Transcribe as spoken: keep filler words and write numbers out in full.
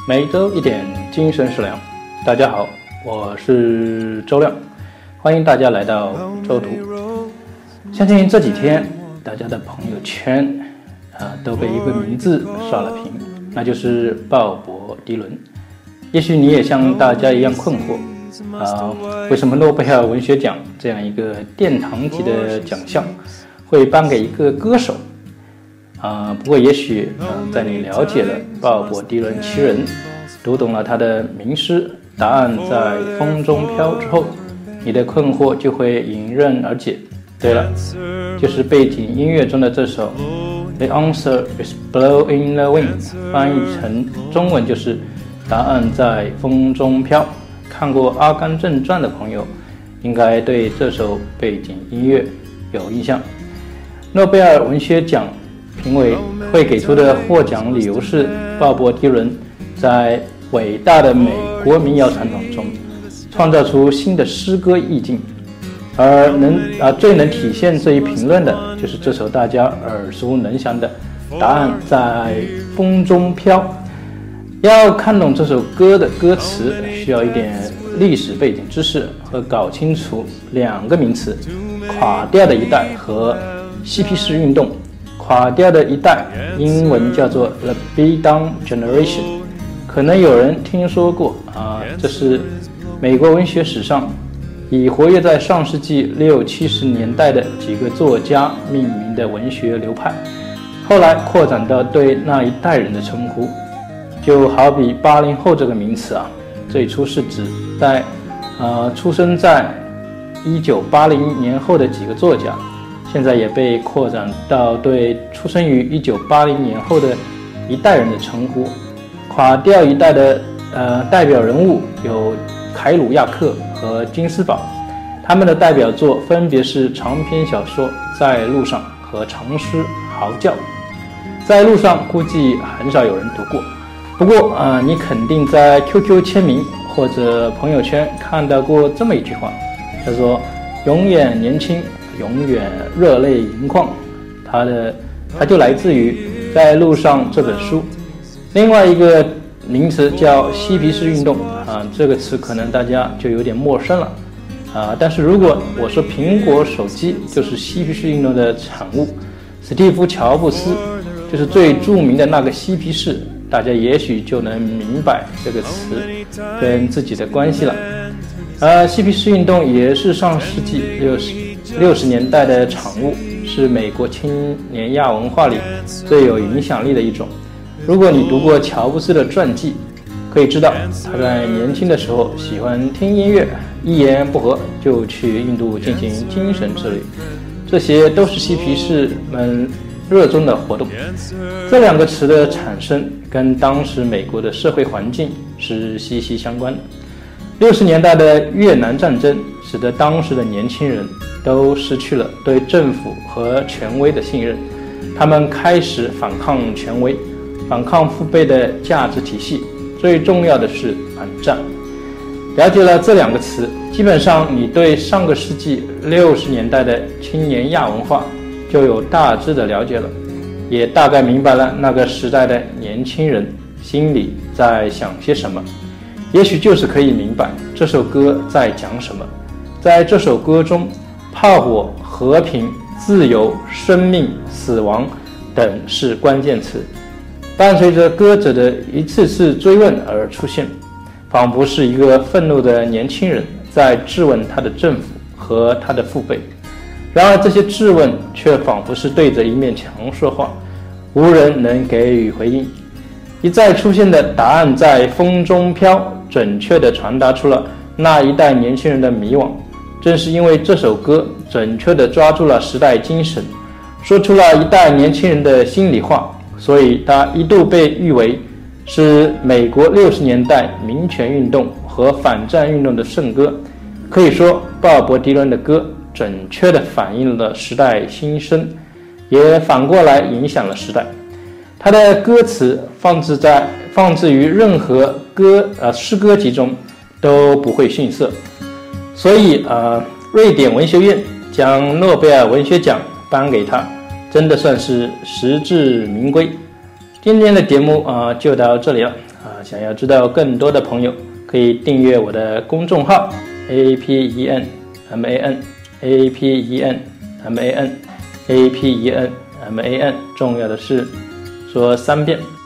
每周一点精神食粮。大家好，我是周亮，欢迎大家来到周读。相信这几天大家的朋友圈啊、呃、都被一个名字刷了屏，那就是鲍勃迪伦。也许你也像大家一样困惑啊、呃，为什么诺贝尔文学奖这样一个殿堂级的奖项会颁给一个歌手？啊、呃，不过也许、呃、在你了解了鲍勃迪伦其人，读懂了他的名诗《答案在风中飘》之后，你的困惑就会迎刃而解。对了，就是背景音乐中的这首 The Answer is Blowing the Wind， 翻译成中文就是答案在风中飘。看过《阿甘正传》的朋友应该对这首背景音乐有印象。诺贝尔文学奖评委会给出的获奖理由是，鲍勃迪伦在伟大的美国民谣传统中创造出新的诗歌意境，而能啊最能体现这一评论的就是这首大家耳熟能详的《答案在风中飘》。要看懂这首歌的歌词，需要一点历史背景知识和搞清楚两个名词：垮掉的一代和嬉皮士运动。垮掉的一代英文叫做 The Beat Down Generation， 可能有人听说过啊，这是美国文学史上以活跃在上世纪六七十年代的几个作家命名的文学流派，后来扩展到对那一代人的称呼。就好比八零后这个名词啊，最初是指在呃出生在一九八零年后的几个作家，现在也被扩展到对出生于一九八零年后的一代人的称呼。垮掉一代的呃代表人物有凯鲁亚克和金斯堡，他们的代表作分别是长篇小说《在路上》和长诗《嚎叫》。在路上估计很少有人读过，不过啊、呃，你肯定在 Q Q 签名或者朋友圈看到过这么一句话，叫做永远年轻，永远热泪盈眶。它的它就来自于《在路上》这本书。另外一个名词叫嬉皮士运动啊，这个词可能大家就有点陌生了啊。但是如果我说苹果手机就是嬉皮士运动的产物，史蒂夫·乔布斯就是最著名的那个嬉皮士，大家也许就能明白这个词跟自己的关系了。而嬉皮士运动也是上世纪六十六十年代的产物，是美国青年亚文化里最有影响力的一种。如果你读过乔布斯的传记，可以知道他在年轻的时候喜欢听音乐，一言不合就去印度进行精神之旅，这些都是嬉皮士们热衷的活动。这两个词的产生跟当时美国的社会环境是息息相关的。六十年代的越南战争使得当时的年轻人都失去了对政府和权威的信任，他们开始反抗权威，反抗父辈的价值体系，最重要的是反战。了解了这两个词，基本上你对上个世纪六十年代的青年亚文化就有大致的了解了，也大概明白了那个时代的年轻人心里在想些什么，也许就是可以明白这首歌在讲什么。在这首歌中，炮火、和平、自由、生命、死亡等是关键词，伴随着歌者的一次次追问而出现，仿佛是一个愤怒的年轻人在质问他的政府和他的父辈。然而这些质问却仿佛是对着一面墙说话，无人能给予回应。一再出现的答案在风中飘，准确地传达出了那一代年轻人的迷惘。正是因为这首歌准确地抓住了时代精神，说出了一代年轻人的心里话，所以它一度被誉为是美国六十年代民权运动和反战运动的圣歌。可以说，鲍勃迪伦的歌准确地反映了时代心声，也反过来影响了时代。他的歌词放置在放置于任何歌呃诗歌集中都不会逊色，所以呃，瑞典文学院将诺贝尔文学奖颁给他，真的算是实至名归。今天的节目啊、呃、就到这里了， 啊，想要知道更多的朋友可以订阅我的公众号 A A P E N M A N A A P E N M A N A A P E N M A N， 重要的是说三遍。